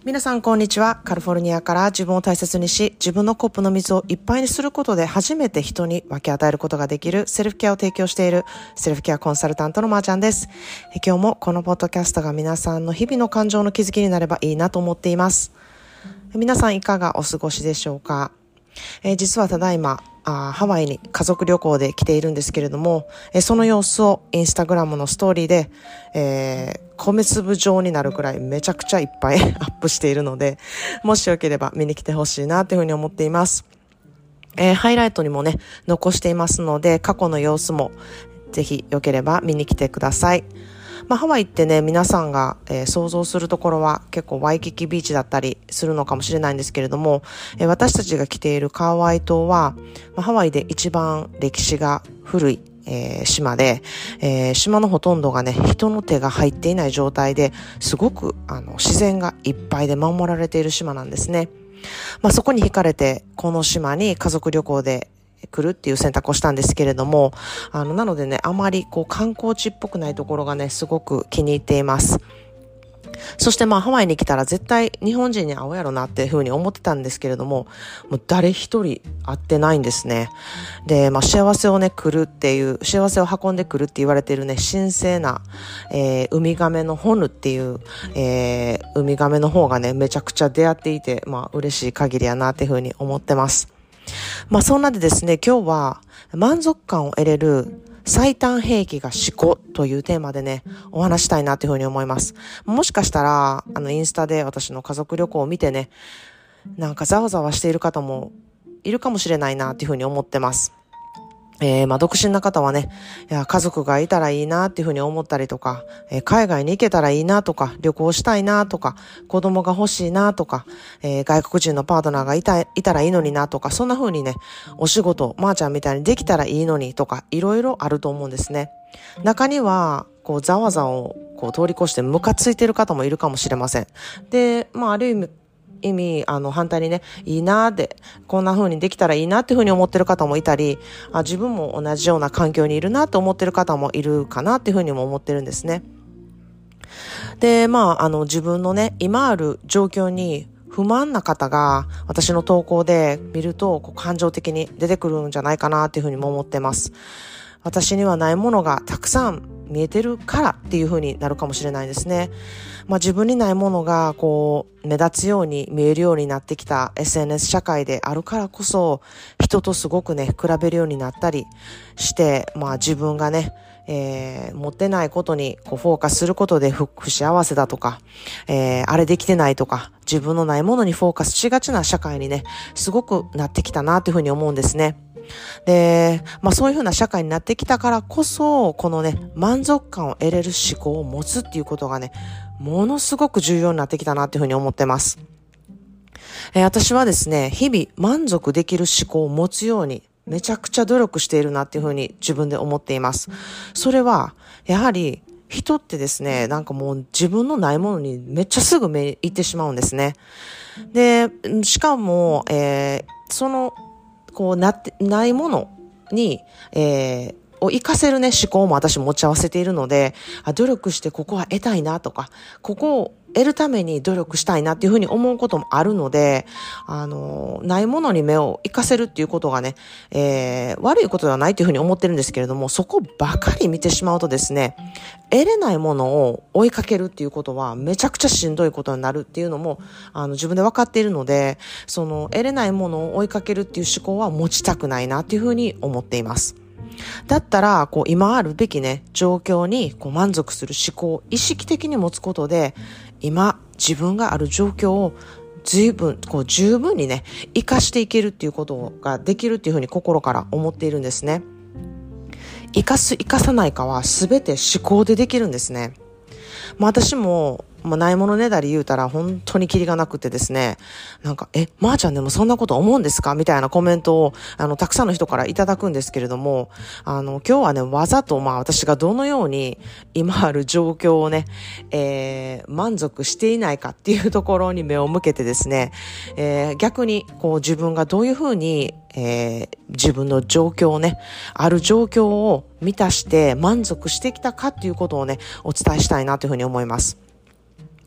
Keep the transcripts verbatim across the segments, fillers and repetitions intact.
皆さんこんにちは。カリフォルニアから自分を大切にし、自分のコップの水をいっぱいにすることで初めて人に分け与えることができるセルフケアを提供しているセルフケアコンサルタントのまーちゃんです。今日もこのポッドキャストが皆さんの日々の感情の気づきになればいいなと思っています。皆さんいかがお過ごしでしょうか。えー、実はただいまあハワイに家族旅行で来ているんですけれども、えー、その様子をインスタグラムのストーリーで、えー、米粒状になるくらいめちゃくちゃいっぱいアップしているので、もしよければ見に来てほしいなというふうに思っています。えー、ハイライトにもね残していますので、過去の様子もぜひよければ見に来てください。まあ、ハワイってね、皆さんが、えー、想像するところは結構ワイキキビーチだったりするのかもしれないんですけれども、えー、私たちが来ているカーワイ島は、まあ、ハワイで一番歴史が古い、えー、島で、えー、島のほとんどがね、人の手が入っていない状態ですごくあの自然がいっぱいで守られている島なんですね。まあ、そこに惹かれてこの島に家族旅行で来るっていう選択をしたんですけれども、あのなのでね、あまりこう観光地っぽくないところがねすごく気に入っています。そしてまあハワイに来たら絶対日本人に会うやろなっていうふうに思ってたんですけれども、もう誰一人会ってないんですね。で、まあ幸せをね来るっていう幸せを運んでくるって言われているね神聖な、えー、ウミガメのホヌっていう、えー、ウミガメの方がねめちゃくちゃ出会っていて、まあ嬉しい限りやなっていうふうに思ってます。まあそんなでですね、今日は満足感を得れる最短兵器が思考というテーマでねお話したいなというふうに思います。もしかしたらあのインスタで私の家族旅行を見てね、なんかざわざわしている方もいるかもしれないなというふうに思ってます。えー、まあ、独身な方はね、いや、家族がいたらいいなっていうふうに思ったりとか、えー、海外に行けたらいいなとか、旅行したいなとか、子供が欲しいなとか、えー、外国人のパートナーがいた、いたらいいのになとか、そんな風にね、お仕事、まーちゃんみたいにできたらいいのにとか、いろいろあると思うんですね。中には、こう、ざわざわをこう通り越してムカついてる方もいるかもしれません。で、まあ、ある意味、意味、あの、反対にね、いいなーって、こんな風にできたらいいなっていう風に思ってる方もいたり、あ、自分も同じような環境にいるなと思ってる方もいるかなっていう風にも思ってるんですね。で、まあ、あの、自分のね、今ある状況に不満な方が、私の投稿で見ると、こう感情的に出てくるんじゃないかなっていう風にも思ってます。私にはないものがたくさん見えてるからっていう風になるかもしれないですね。まあ自分にないものがこう目立つように見えるようになってきた エスエヌエス 社会であるからこそ、人とすごくね比べるようになったりして、まあ自分がね、えー、持ってないことにこうフォーカスすることで 不, 不幸せだとか、えー、あれできてないとか、自分のないものにフォーカスしがちな社会にねすごくなってきたなというふうに思うんですね。で、まあそういう風な社会になってきたからこそ、このね、満足感を得れる思考を持つっていうことがね、ものすごく重要になってきたなっていう風に思ってます。えー、私はですね、日々満足できる思考を持つように、めちゃくちゃ努力しているなっていう風に自分で思っています。それは、やはり、人ってですね、なんかもう自分のないものにめっちゃすぐ目いってしまうんですね。で、しかも、えー、その、こうなってないものに、えー、を活かせるね思考も私持ち合わせているので、あ、努力してここは得たいなとか、ここを得るために努力したいなっていうふうに思うこともあるので、あのないものに目を活かせるっていうことがね、えー、悪いことではないというふうに思ってるんですけれども、そこばかり見てしまうとですね、得れないものを追いかけるっていうことはめちゃくちゃしんどいことになるっていうのもあの自分で分かっているので、その得れないものを追いかけるっていう思考は持ちたくないなっていうふうに思っています。だったらこう今あるべきね状況にこう満足する思考を意識的に持つことで、今自分がある状況を随分こう十分にね活かしていけるっていうことができるっていうふうに心から思っているんですね。生かす生かさないかは全て思考でできるんですね。まあ、私もまあ、ないものねだり言うたら本当にキリがなくてですね、なんか、え、まーちゃんでもそんなこと思うんですかみたいなコメントを、あの、たくさんの人からいただくんですけれども、あの、今日はね、わざとまあ私がどのように今ある状況をね、えー、満足していないかっていうところに目を向けてですね、えー、逆にこう自分がどういうふうにえー、自分の状況をね、ある状況を満たして満足してきたかっていうことをね、お伝えしたいなというふうに思います。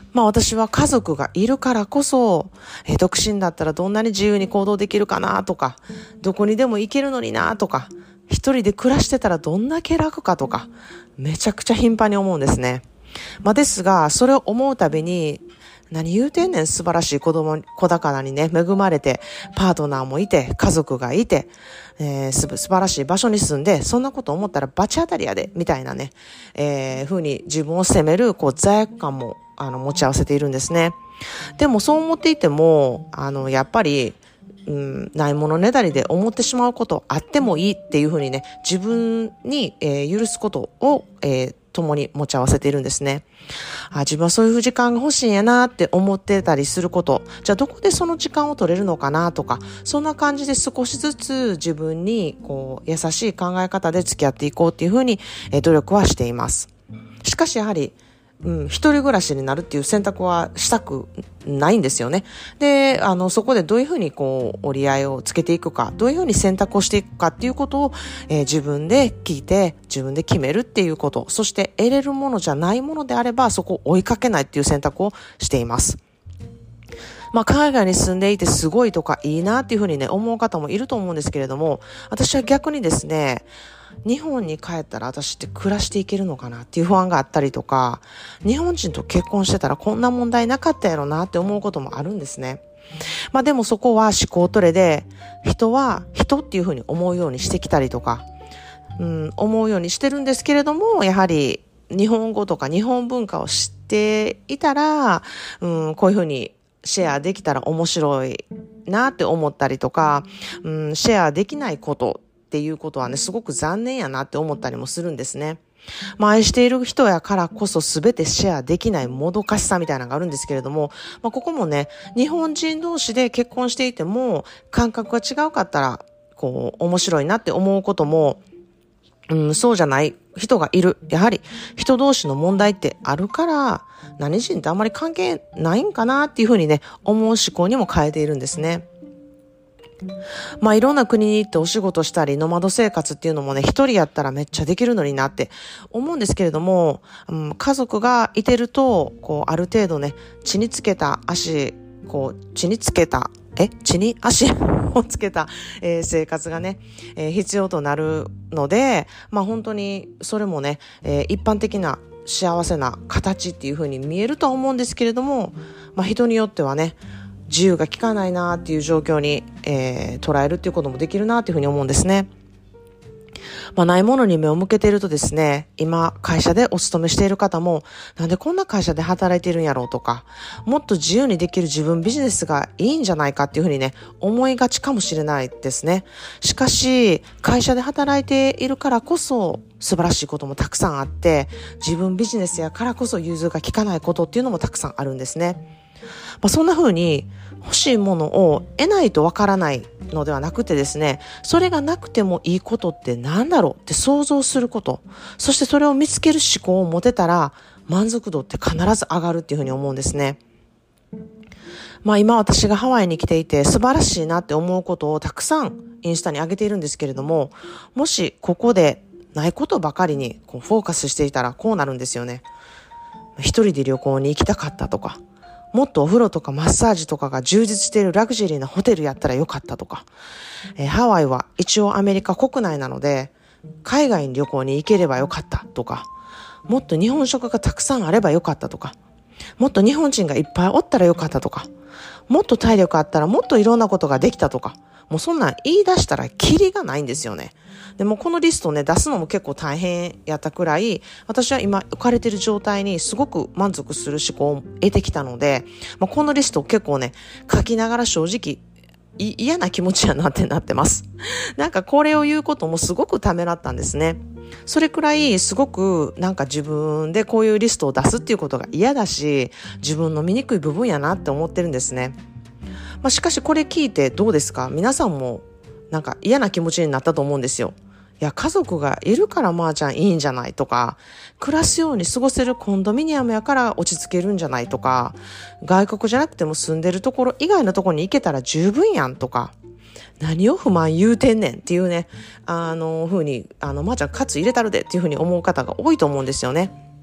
まあ私は家族がいるからこそ、えー、独身だったらどんなに自由に行動できるかなとか、どこにでも行けるのになとか、一人で暮らしてたらどんだけ楽かとか、めちゃくちゃ頻繁に思うんですね。まあですが、それを思うたびに、何言うてんねん、素晴らしい子供、子宝にね、恵まれて、パートナーもいて、家族がいて、えー、す、素晴らしい場所に住んで、そんなこと思ったらバチ当たりやで、みたいなね、えー、風に自分を責める、こう、罪悪感も、あの、持ち合わせているんですね。でもそう思っていても、あの、やっぱり、うん、ないものねだりで思ってしまうことあってもいいっていう風にね、自分に、えー、許すことを、えー、共に持ち合わせているんですね。あ、自分はそういう時間が欲しいんやなって思ってたりすること。じゃあどこでその時間を取れるのかなとか、そんな感じで少しずつ自分にこう優しい考え方で付き合っていこうっていうふうに、えー、努力はしています。しかしやはり、うん、一人暮らしになるっていう選択はしたくないんですよね。で、あの、そこでどういうふうにこう、折り合いをつけていくか、どういうふうに選択をしていくかっていうことを、えー、自分で聞いて、自分で決めるっていうこと、そして得れるものじゃないものであれば、そこを追いかけないっていう選択をしています。まあ、海外に住んでいてすごいとかいいなっていうふうにね、思う方もいると思うんですけれども、私は逆にですね、日本に帰ったら私って暮らしていけるのかなっていう不安があったりとか、日本人と結婚してたらこんな問題なかったやろなって思うこともあるんですね。まあでもそこは思考トレで、人は人っていうふうに思うようにしてきたりとか、うん、思うようにしてるんですけれども、やはり日本語とか日本文化を知っていたら、うん、こういうふうにシェアできたら面白いなって思ったりとか、うん、シェアできないことっていうことはね、すごく残念やなって思ったりもするんですね。まあ、愛している人やからこそ全てシェアできないもどかしさみたいなのがあるんですけれども、まあ、ここもね、日本人同士で結婚していても、感覚が違うかったら、こう、面白いなって思うことも、うん、そうじゃない人がいる。やはり、人同士の問題ってあるから、何人ってあんまり関係ないんかなっていうふうにね、思う思考にも変えているんですね。まあいろんな国に行ってお仕事したり、ノマド生活っていうのもね、一人やったらめっちゃできるのになって思うんですけれども、うん、家族がいてると、こう、ある程度ね、血につけた足、こう、血につけた、え血に足をつけた、えー、生活がね、えー、必要となるので、まあ本当にそれもね、えー、一般的な幸せな形っていう風に見えるとは思うんですけれども、まあ人によってはね、自由が利かないなっていう状況に、えー、捉えるっていうこともできるなっていうふうに思うんですね。まあ、ないものに目を向けているとですね、今会社でお勤めしている方も、なんでこんな会社で働いているんやろうとか、もっと自由にできる自分ビジネスがいいんじゃないかっていうふうにね、思いがちかもしれないですね。しかし、会社で働いているからこそ、素晴らしいこともたくさんあって、自分ビジネスやからこそ融通が利かないことっていうのもたくさんあるんですね。まあ、そんな風に欲しいものを得ないとわからないのではなくてですね、それがなくてもいいことって何だろうって想像すること、そしてそれを見つける思考を持てたら満足度って必ず上がるっていう風に思うんですね。まあ今私がハワイに来ていて素晴らしいなって思うことをたくさんインスタに上げているんですけれども、もしここでないことばかりにこうフォーカスしていたらこうなるんですよね。一人で旅行に行きたかったとか、もっとお風呂とかマッサージとかが充実しているラグジュアリーなホテルやったらよかったとか、えー、ハワイは一応アメリカ国内なので海外に旅行に行ければよかったとか、もっと日本食がたくさんあればよかったとか、もっと日本人がいっぱいおったらよかったとか、もっと体力あったらもっといろんなことができたとか、もうそんなん言い出したらキリがないんですよね。でもこのリストをね出すのも結構大変やったくらい、私は今置かれている状態にすごく満足する思考を得てきたので、まあ、このリストを結構ね書きながら正直嫌な気持ちやなってなってます。なんかこれを言うこともすごくためらったんですね。それくらいすごくなんか自分でこういうリストを出すっていうことが嫌だし、自分の醜い部分やなって思ってるんですね。まあ、しかしこれ聞いてどうですか？皆さんもなんか嫌な気持ちになったと思うんですよ。いや、家族がいるからまーちゃんいいんじゃないとか、暮らすように過ごせるコンドミニアムやから落ち着けるんじゃないとか、外国じゃなくても住んでるところ以外のところに行けたら十分やんとか、何を不満言うてんねんっていうね、あの風に、あの、まーちゃんカツ入れたるでっていう風に思う方が多いと思うんですよね。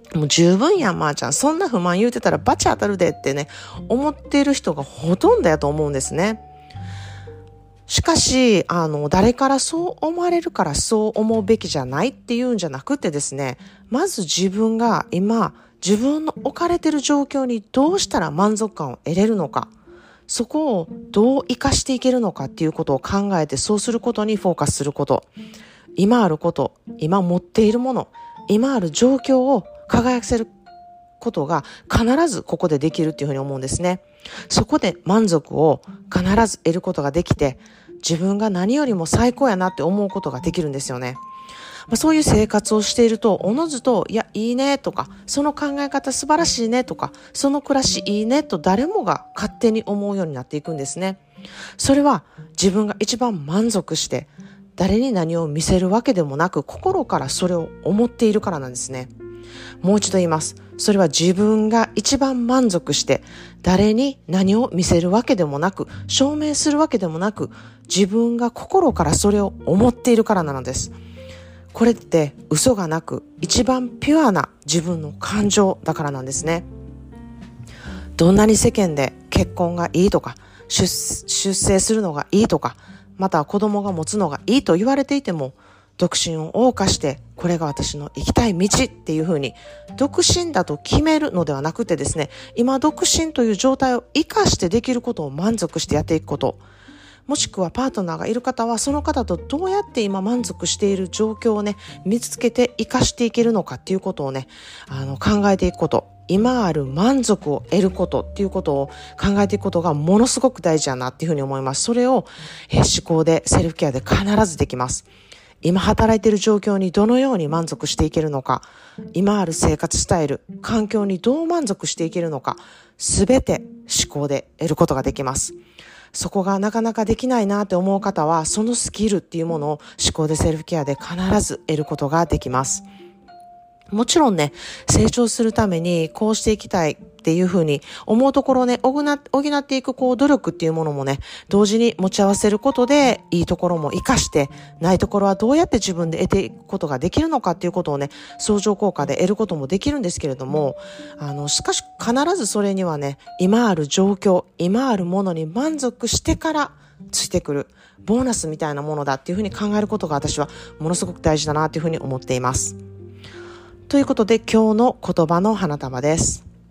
もう十分やん、まーちゃん。そんな不満言うてたらバチ当たるでってね、思っている人がほとんどやと思うんですね。しかし、あの、誰からそう思われるからそう思うべきじゃないっていうんじゃなくてですね、まず自分が今、自分の置かれている状況にどうしたら満足感を得れるのか、そこをどう活かしていけるのかっていうことを考えて、そうすることにフォーカスすること。今あること、今持っているもの、今ある状況を輝かせることが必ずここでできるっていうふうに思うんですね。そこで満足を必ず得ることができて、自分が何よりも最高やなって思うことができるんですよね。まあ、そういう生活をしていると、おのずと、いや、いいねとか、その考え方素晴らしいねとか、その暮らしいいねと誰もが勝手に思うようになっていくんですね。それは自分が一番満足して、誰に何を見せるわけでもなく、心からそれを思っているからなんですね。もう一度言います。それは自分が一番満足して、誰に何を見せるわけでもなく、証明するわけでもなく、自分が心からそれを思っているからなのです。これって嘘がなく、一番ピュアな自分の感情だからなんですね。どんなに世間で結婚がいいとか、出、出生するのがいいとか、また子供が持つのがいいと言われていても、独身を謳歌して、これが私の行きたい道っていうふうに、独身だと決めるのではなくてですね、今独身という状態を生かしてできることを満足してやっていくこと、もしくはパートナーがいる方は、その方とどうやって今満足している状況をね、見つけて生かしていけるのかっていうことをね、あの考えていくこと、今ある満足を得ることっていうことを考えていくことがものすごく大事だなっていうふうに思います。それを、えー、思考で、セルフケアで必ずできます。今働いている状況にどのように満足していけるのか、今ある生活スタイル、環境にどう満足していけるのか、すべて思考で得ることができます。そこがなかなかできないなって思う方は、そのスキルっていうものを思考でセルフケアで必ず得ることができます。もちろんね、成長するためにこうしていきたいっていうふうに思うところをね、補っていくこう努力っていうものもね、同時に持ち合わせることで、いいところも活かして、ないところはどうやって自分で得ていくことができるのかっていうことをね、相乗効果で得ることもできるんですけれども、あの、しかし必ずそれにはね、今ある状況、今あるものに満足してからついてくる、ボーナスみたいなものだっていうふうに考えることが私はものすごく大事だなっていうふうに思っています。ということで今日の言葉の花束です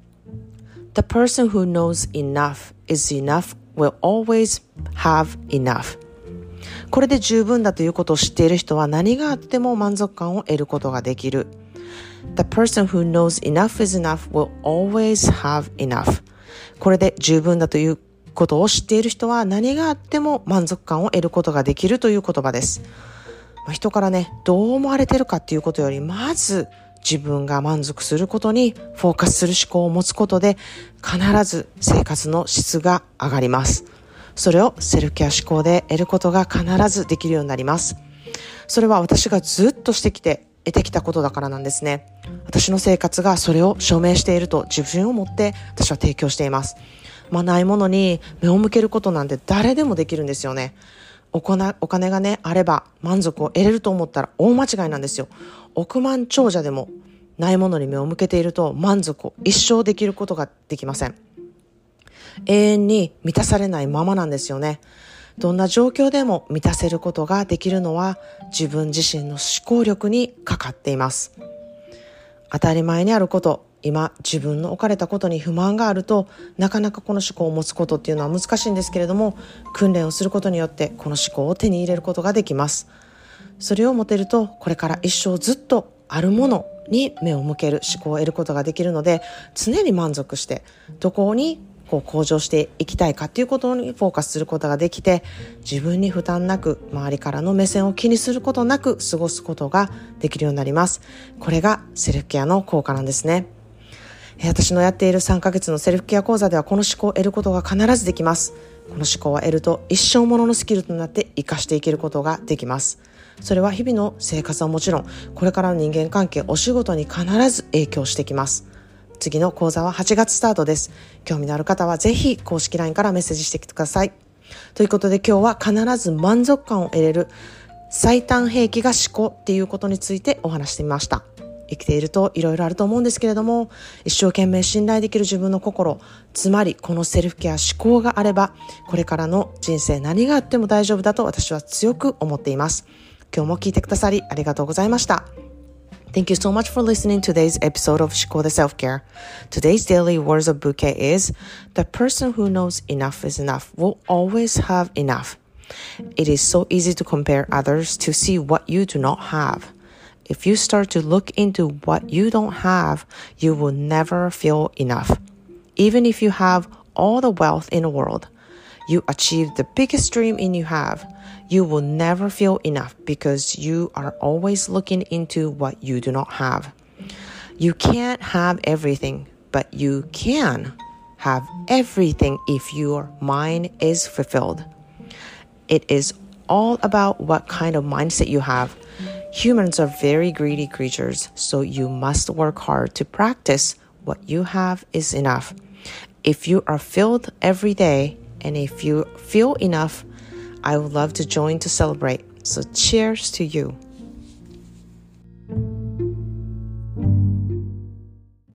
。The person who knows enough is enough will always have enough. これで十分だということを知っている人は何があっても満足感を得ることができる。The person who knows enough is enough will always have enough. これで十分だということを知っている人は何があっても満足感を得ることができるという言葉です。まあ、人からね、どう思われてるかっていうことより、まず自分が満足することにフォーカスする思考を持つことで、必ず生活の質が上がります。それをセルフケア思考で得ることが必ずできるようになります。それは私がずっとしてきて得てきたことだからなんですね。私の生活がそれを証明していると自信を持って私は提供しています。まあ、ないものに目を向けることなんて誰でもできるんですよね。お金がね、あれば満足を得れると思ったら大間違いなんですよ。億万長者でもないものに目を向けていると満足を一生できることができません。永遠に満たされないままなんですよね。どんな状況でも満たせることができるのは自分自身の思考力にかかっています。当たり前にあること、今自分の置かれたことに不満があるとなかなかこの思考を持つことっていうのは難しいんですけれども、訓練をすることによってこの思考を手に入れることができます。それを持てるとこれから一生ずっとあるものに目を向ける思考を得ることができるので、常に満足してどこにこう向上していきたいかっていうことにフォーカスすることができて、自分に負担なく周りからの目線を気にすることなく過ごすことができるようになります。これがセルフケアの効果なんですね。私のやっているさんかげつのセルフケア講座ではこの思考を得ることが必ずできます。この思考を得ると一生もののスキルとなって生かしていけることができます。それは日々の生活はもちろん、これからの人間関係、お仕事に必ず影響してきます。次の講座ははちがつスタートです。興味のある方はぜひ公式 ライン からメッセージしてきてください。ということで今日は必ず満足感を得れる最短兵器が思考っていうことについてお話してみました。 生きているといろいろあると思うんですけれども、一生懸命信頼できる自分の心、つまりこのセルフケア思考があれば、これからの人生何があっても大丈夫だと私は強く思っています。今日も聞いてくださりありがとうございました。Thank you so much for listening to today's episode of 思考で Self-Care. Today's daily words of bouquet is, the person who knows enough is enough will always have enough. It is so easy to compare others to see what you do not have.If you start to look into what you don't have, you will never feel enough. Even if you have all the wealth in the world, you achieve the biggest dream in you have, you will never feel enough because you are always looking into what you do not have. You can't have everything, but you can have everything if your mind is fulfilled. It is all about what kind of mindset you have.Humans are very greedy creatures, so you must work hard to practice what you have is enough. If you are filled every day, and if you feel enough, I would love to join to celebrate. So cheers to you.